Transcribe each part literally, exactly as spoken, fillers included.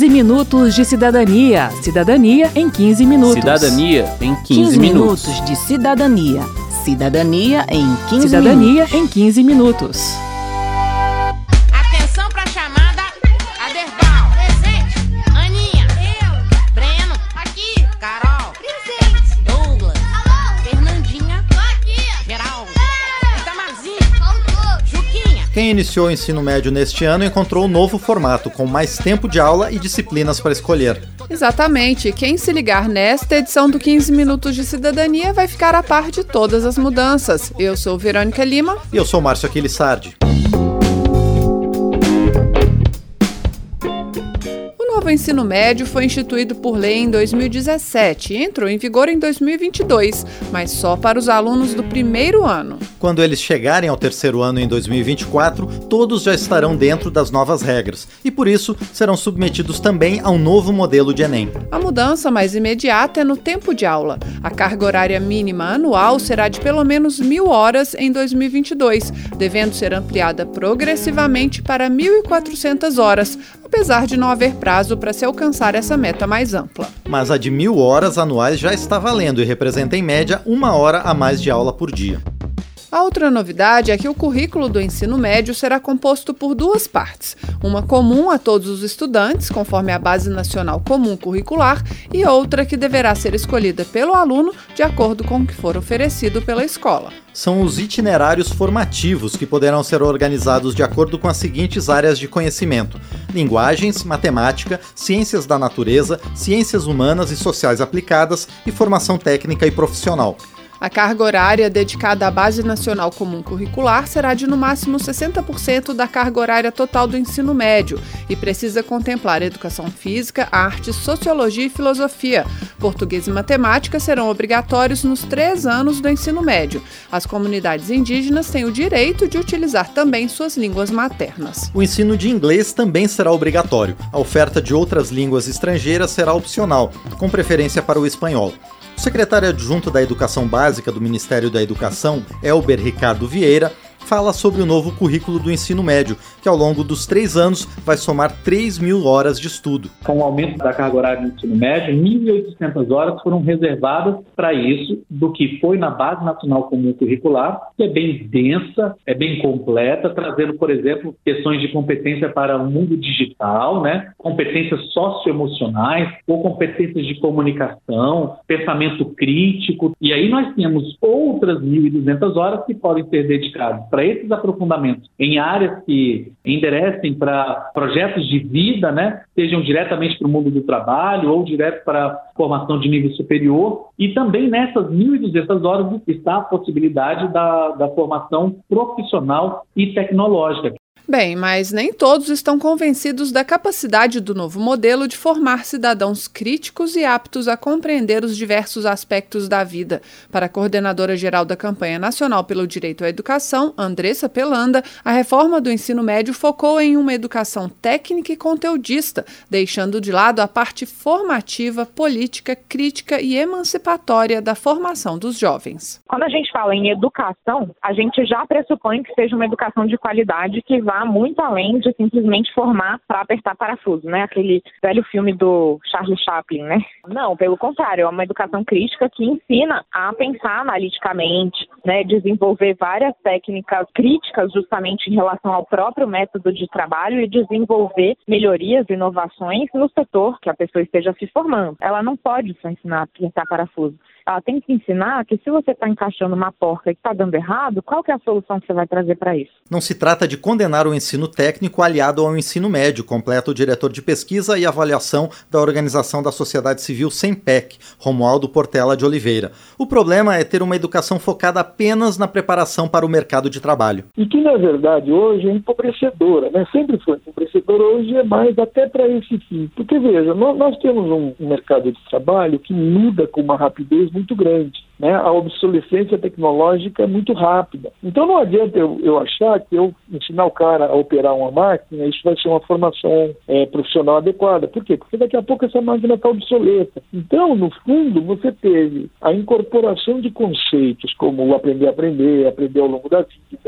quinze minutos de cidadania. Cidadania em quinze minutos. Cidadania em quinze, quinze minutos. minutos de cidadania. Cidadania em quinze Cidadania minutos. em quinze minutos. Atenção pra chamada. Aderbal. Presente. Aninha. Eu. Breno. Aqui. Carol. Presente. Douglas. Alô. Fernandinha. Tô aqui. Geraldo. Itamarzinho. Faltou. Juquinha. Quem iniciou o ensino médio neste ano encontrou um novo formato, com mais tempo de aula e disciplinas para escolher. Exatamente. Quem se ligar nesta edição do quinze Minutos de Cidadania vai ficar a par de todas as mudanças. Eu sou Verônica Lima. E eu sou Márcio Aquiles Sardi. O novo ensino médio foi instituído por lei em dois mil e dezessete e entrou em vigor em dois mil e vinte e dois, mas só para os alunos do primeiro ano. Quando eles chegarem ao terceiro ano em dois mil e vinte e quatro, todos já estarão dentro das novas regras e, por isso, serão submetidos também a um novo modelo de Enem. A mudança mais imediata é no tempo de aula. A carga horária mínima anual será de pelo menos mil horas em dois mil e vinte e dois, devendo ser ampliada progressivamente para mil e quatrocentas horas, apesar de não haver prazo para se alcançar essa meta mais ampla. Mas a de mil horas anuais já está valendo e representa, em média, uma hora a mais de aula por dia. A outra novidade é que o currículo do ensino médio será composto por duas partes, uma comum a todos os estudantes, conforme a Base Nacional Comum Curricular, e outra que deverá ser escolhida pelo aluno de acordo com o que for oferecido pela escola. São os itinerários formativos que poderão ser organizados de acordo com as seguintes áreas de conhecimento: linguagens, matemática, ciências da natureza, ciências humanas e sociais aplicadas e formação técnica e profissional. A carga horária dedicada à Base Nacional Comum Curricular será de no máximo sessenta por cento da carga horária total do ensino médio e precisa contemplar educação física, artes, sociologia e filosofia. Português e matemática serão obrigatórios nos três anos do ensino médio. As comunidades indígenas têm o direito de utilizar também suas línguas maternas. O ensino de inglês também será obrigatório. A oferta de outras línguas estrangeiras será opcional, com preferência para o espanhol. O secretário adjunto da Educação Básica do Ministério da Educação, Elber Ricardo Vieira, fala sobre o novo currículo do ensino médio, que ao longo dos três anos vai somar três mil horas de estudo. Com o aumento da carga horária do ensino médio, mil e oitocentas horas foram reservadas para isso, do que foi na Base Nacional Comum Curricular, que é bem densa, é bem completa, trazendo, por exemplo, questões de competência para o mundo digital, né? Competências socioemocionais ou competências de comunicação, pensamento crítico. E aí nós temos outras mil e duzentas horas que podem ser dedicadas para esses aprofundamentos em áreas que enderecem para projetos de vida, né, sejam diretamente para o mundo do trabalho ou direto para a formação de nível superior. E também nessas mil e duzentas horas está a possibilidade da, da formação profissional e tecnológica. Bem, mas nem todos estão convencidos da capacidade do novo modelo de formar cidadãos críticos e aptos a compreender os diversos aspectos da vida. Para a coordenadora-geral da Campanha Nacional pelo Direito à Educação, Andressa Pelanda, a reforma do ensino médio focou em uma educação técnica e conteudista, deixando de lado a parte formativa, política, crítica e emancipatória da formação dos jovens. Quando a gente fala em educação, a gente já pressupõe que seja uma educação de qualidade que vá muito além de simplesmente formar para apertar parafuso, né? Aquele velho filme do Charlie Chaplin, né? Não, pelo contrário, é uma educação crítica que ensina a pensar analiticamente, né? Desenvolver várias técnicas críticas justamente em relação ao próprio método de trabalho e desenvolver melhorias, inovações no setor que a pessoa esteja se formando. Ela não pode só ensinar a apertar parafuso. Ela tem que ensinar que se você está encaixando uma porca e está dando errado, qual que é a solução que você vai trazer para isso? Não se trata de condenar o ensino técnico aliado ao ensino médio, completa o diretor de pesquisa e avaliação da Organização da Sociedade Civil SEMPEC, Romualdo Portela de Oliveira. O problema é ter uma educação focada apenas na preparação para o mercado de trabalho. E que, na verdade, hoje é empobrecedora, né? Sempre foi empobrecedora, hoje é mais até para esse fim. Porque, veja, nós, nós temos um mercado de trabalho que muda com uma rapidez muito grande, né? A obsolescência tecnológica é muito rápida. Então não adianta eu, eu achar que eu ensinar o cara a operar uma máquina, isso vai ser uma formação é, profissional adequada. Por quê? Porque daqui a pouco essa máquina está obsoleta. Então, no fundo, você teve a incorporação de conceitos como o aprender a aprender, aprender ao longo da vida,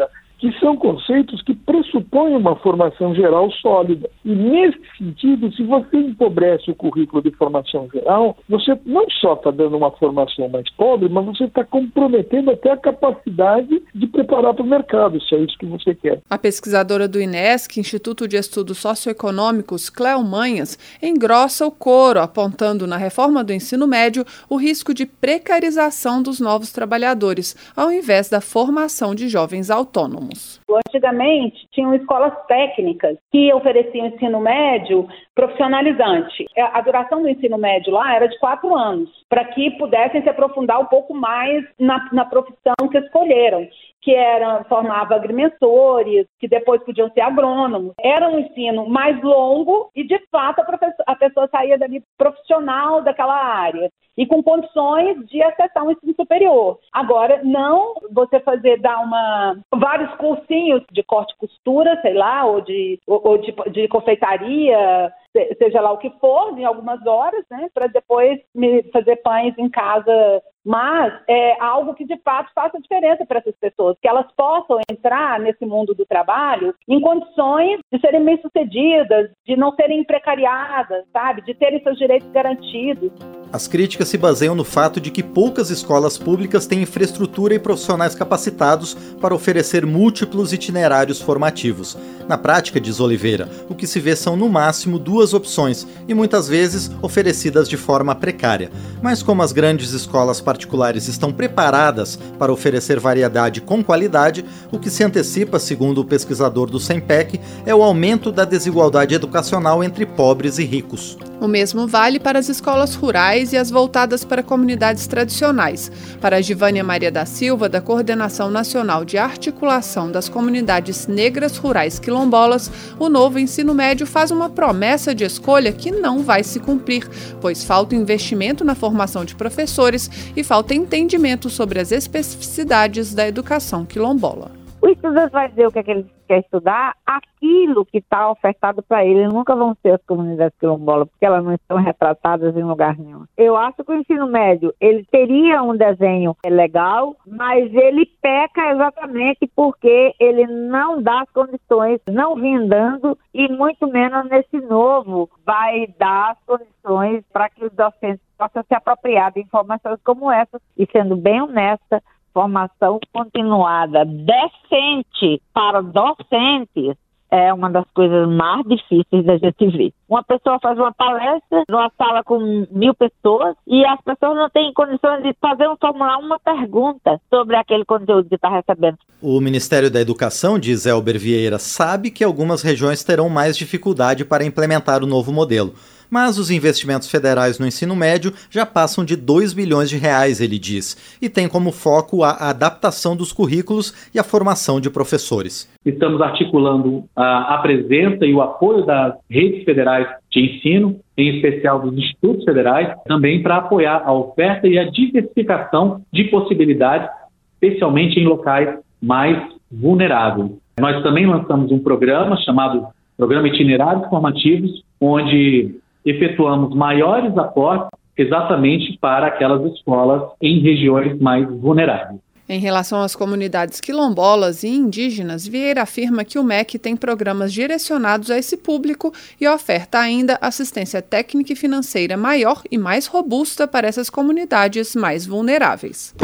que são conceitos que pressupõem uma formação geral sólida. E, nesse sentido, se você empobrece o currículo de formação geral, você não só está dando uma formação mais pobre, mas você está comprometendo até a capacidade de preparar para o mercado, se é isso que você quer. A pesquisadora do INESC, Instituto de Estudos Socioeconômicos, Cléo Manhas, engrossa o coro, apontando na reforma do ensino médio o risco de precarização dos novos trabalhadores, ao invés da formação de jovens autônomos. Antigamente, tinham escolas técnicas que ofereciam ensino médio profissionalizante. A duração do ensino médio lá era de quatro anos, para que pudessem se aprofundar um pouco mais na, na profissão que escolheram, que era, formava agrimensores, que depois podiam ser agrônomos. Era um ensino mais longo e, de fato, a, a pessoa saía dali profissional daquela área e com condições de acessar um ensino superior. Agora, não você fazer, dar uma, vários cursinhos de corte e costura, sei lá, ou de, ou, ou de, de confeitaria, seja lá o que for, em algumas horas, né, para depois me fazer pães em casa. Mas é algo que, de fato, faça diferença para essas pessoas, que elas possam entrar nesse mundo do trabalho em condições de serem bem-sucedidas, de não serem precariadas, sabe, de terem seus direitos garantidos. As críticas se baseiam no fato de que poucas escolas públicas têm infraestrutura e profissionais capacitados para oferecer múltiplos itinerários formativos. Na prática, diz Oliveira, o que se vê são no máximo duas opções e muitas vezes oferecidas de forma precária. Mas como as grandes escolas particulares estão preparadas para oferecer variedade com qualidade, o que se antecipa, segundo o pesquisador do SEMPEC, é o aumento da desigualdade educacional entre pobres e ricos. O mesmo vale para as escolas rurais e as voltadas para comunidades tradicionais. Para Givânia Maria da Silva, da Coordenação Nacional de Articulação das Comunidades Negras Rurais Quilombolas, o novo ensino médio faz uma promessa de escolha que não vai se cumprir, pois falta investimento na formação de professores e falta entendimento sobre as especificidades da educação quilombola. O estudante vai dizer o que é que ele quer estudar, aquilo que está ofertado para ele. Nunca vão ser as comunidades quilombolas, porque elas não estão retratadas em lugar nenhum. Eu acho que o ensino médio, ele teria um desenho legal, mas ele peca exatamente porque ele não dá as condições, não vem dando, e muito menos nesse novo vai dar as condições para que os docentes possam se apropriar de informações como essa, e sendo bem honesta, formação continuada decente para docentes é uma das coisas mais difíceis da gente ver. Uma pessoa faz uma palestra numa sala com mil pessoas e as pessoas não têm condições de fazer um formular uma pergunta sobre aquele conteúdo que está recebendo. O Ministério da Educação, diz Elber Vieira, sabe que algumas regiões terão mais dificuldade para implementar o novo modelo. Mas os investimentos federais no ensino médio já passam de dois bilhões de reais, ele diz, e tem como foco a adaptação dos currículos e a formação de professores. Estamos articulando a, a presença e o apoio das redes federais de ensino, em especial dos institutos federais, também para apoiar a oferta e a diversificação de possibilidades, especialmente em locais mais vulneráveis. Nós também lançamos um programa chamado Programa Itinerários Formativos, onde efetuamos maiores aportes exatamente para aquelas escolas em regiões mais vulneráveis. Em relação às comunidades quilombolas e indígenas, Vieira afirma que o M E C tem programas direcionados a esse público e oferta ainda assistência técnica e financeira maior e mais robusta para essas comunidades mais vulneráveis.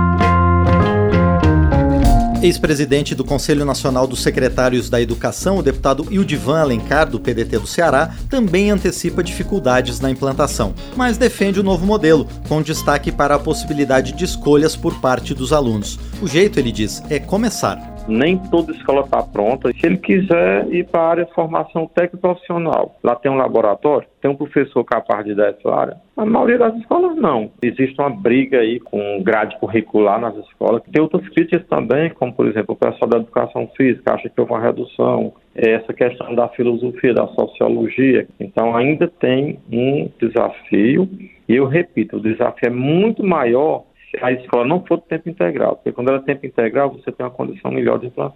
Ex-presidente do Conselho Nacional dos Secretários da Educação, o deputado Ildivan Alencar, do P D T do Ceará, também antecipa dificuldades na implantação, mas defende o novo modelo, com destaque para a possibilidade de escolhas por parte dos alunos. O jeito, ele diz, é começar. Nem toda escola está pronta. Se ele quiser ir para a área de formação técnico-profissional, lá tem um laboratório, tem um professor capaz de dar essa área. A maioria das escolas não. Existe uma briga aí com grade curricular nas escolas. Tem outras críticas também, como por exemplo o pessoal da educação física acha que houve uma redução. Essa questão da filosofia, da sociologia. Então ainda tem um desafio. E eu repito, o desafio é muito maior se a escola não for de tempo integral, porque quando ela é tempo integral, você tem uma condição melhor de implantar.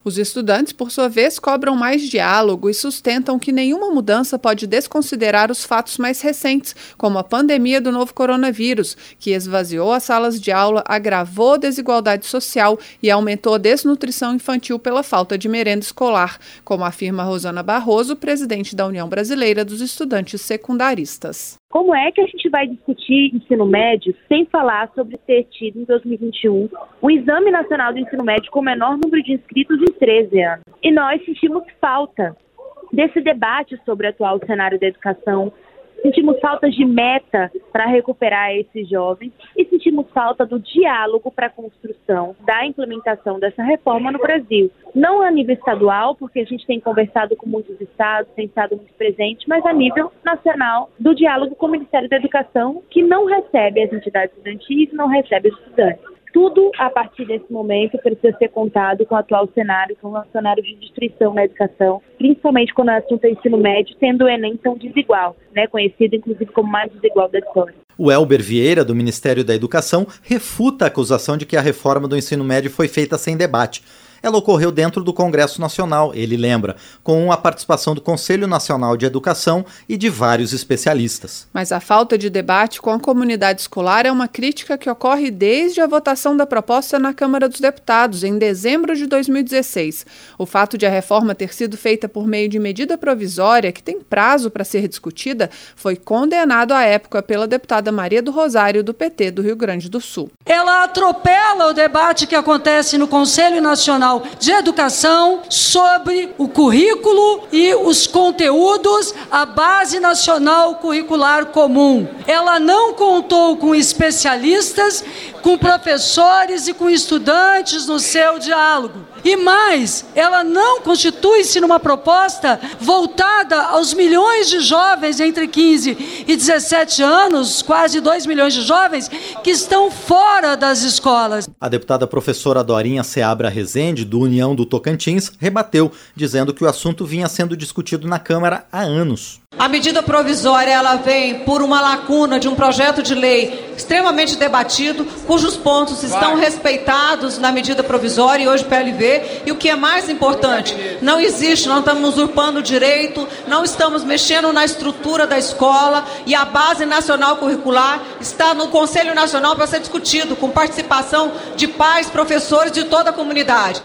Os estudantes, por sua vez, cobram mais diálogo e sustentam que nenhuma mudança pode desconsiderar os fatos mais recentes, como a pandemia do novo coronavírus, que esvaziou as salas de aula, agravou a desigualdade social e aumentou a desnutrição infantil pela falta de merenda escolar, como afirma Rosana Barroso, presidente da União Brasileira dos Estudantes Secundaristas. Como é que a gente vai discutir ensino médio sem falar sobre ter tido em dois mil e vinte e um o Exame Nacional do Ensino Médio com o menor número de inscritos em treze anos? E nós sentimos falta desse debate sobre o atual cenário da educação, sentimos falta de meta para recuperar esses jovens e sentimos falta do diálogo para a construção da implementação dessa reforma no Brasil. Não a nível estadual, porque a gente tem conversado com muitos estados, tem estado muito presente, mas a nível nacional, do diálogo com o Ministério da Educação, que não recebe as entidades estudantis, não recebe os estudantes. Tudo, a partir desse momento, precisa ser contado com o atual cenário, com o cenário de destruição na educação, principalmente quando o assunto é ensino médio, tendo o Enem tão desigual, né, conhecido inclusive como mais desigual da história. O Elber Vieira, do Ministério da Educação, refuta a acusação de que a reforma do ensino médio foi feita sem debate. Ela ocorreu dentro do Congresso Nacional, ele lembra, com a participação do Conselho Nacional de Educação e de vários especialistas. Mas a falta de debate com a comunidade escolar é uma crítica que ocorre desde a votação da proposta na Câmara dos Deputados, em dezembro de dois mil e dezesseis. O fato de a reforma ter sido feita por meio de medida provisória, que tem prazo para ser discutida, foi condenado à época pela deputada Maria do Rosário, do P T do Rio Grande do Sul. Ela atropela o debate que acontece no Conselho Nacional de Educação sobre o currículo e os conteúdos, a Base Nacional Curricular Comum. Ela não contou com especialistas, com professores e com estudantes no seu diálogo. E mais, ela não constitui-se numa proposta voltada aos milhões de jovens entre quinze e dezessete anos, quase dois milhões de jovens, que estão fora das escolas. A deputada professora Dorinha Seabra Rezende, do União do Tocantins, rebateu, dizendo que o assunto vinha sendo discutido na Câmara há anos. A medida provisória ela vem por uma lacuna de um projeto de lei extremamente debatido, cujos pontos estão Vai. respeitados na medida provisória e hoje P L V. E o que é mais importante, não existe, não estamos usurpando o direito, não estamos mexendo na estrutura da escola e a Base Nacional Curricular está no Conselho Nacional para ser discutido, com participação de pais, professores de toda a comunidade.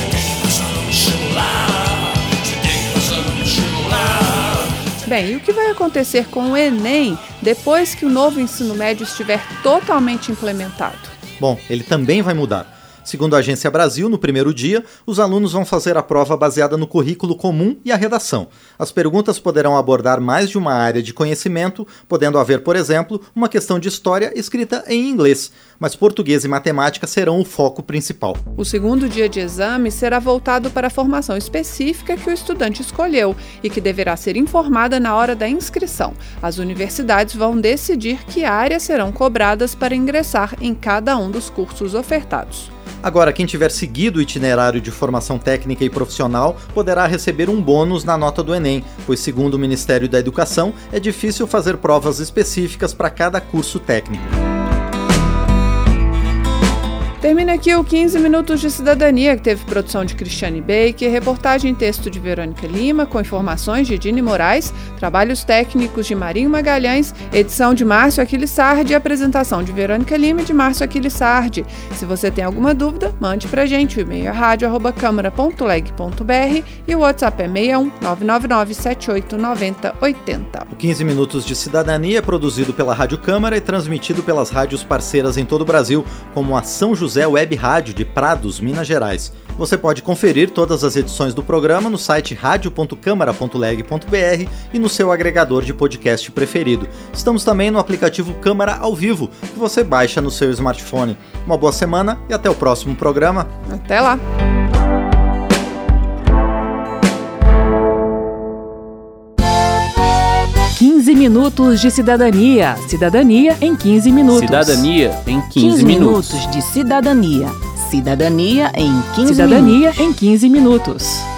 Bem, e o que vai acontecer com o Enem depois que o novo ensino médio estiver totalmente implementado? Bom, ele também vai mudar. Segundo a Agência Brasil, no primeiro dia, os alunos vão fazer a prova baseada no currículo comum e a redação. As perguntas poderão abordar mais de uma área de conhecimento, podendo haver, por exemplo, uma questão de história escrita em inglês, mas português e matemática serão o foco principal. O segundo dia de exame será voltado para a formação específica que o estudante escolheu e que deverá ser informada na hora da inscrição. As universidades vão decidir que áreas serão cobradas para ingressar em cada um dos cursos ofertados. Agora, quem tiver seguido o itinerário de formação técnica e profissional poderá receber um bônus na nota do Enem, pois, segundo o Ministério da Educação, é difícil fazer provas específicas para cada curso técnico. Termina aqui o quinze Minutos de Cidadania, que teve produção de Cristiane Baker, reportagem e texto de Verônica Lima, com informações de Dini Moraes, trabalhos técnicos de Marinho Magalhães, edição de Márcio Aquiles Sardi e apresentação de Verônica Lima e de Márcio Aquiles Sardi. Se você tem alguma dúvida, mande pra gente. O e-mail é rádio arroba câmara ponto leg ponto br e o WhatsApp é seis um nove nove nove sete oito nove zero oito zero. O quinze Minutos de Cidadania é produzido pela Rádio Câmara e transmitido pelas rádios parceiras em todo o Brasil, como a São José José Web Rádio de Prados, Minas Gerais. Você pode conferir todas as edições do programa no site rádio ponto câmara ponto leg ponto br e no seu agregador de podcast preferido. Estamos também no aplicativo Câmara ao Vivo, que você baixa no seu smartphone. Uma boa semana e até o próximo programa. Até lá! quinze Minutos de Cidadania. Cidadania em quinze minutos. Cidadania em quinze, quinze minutos. minutos de cidadania. Cidadania em quinze Cidadania minutos. em quinze minutos.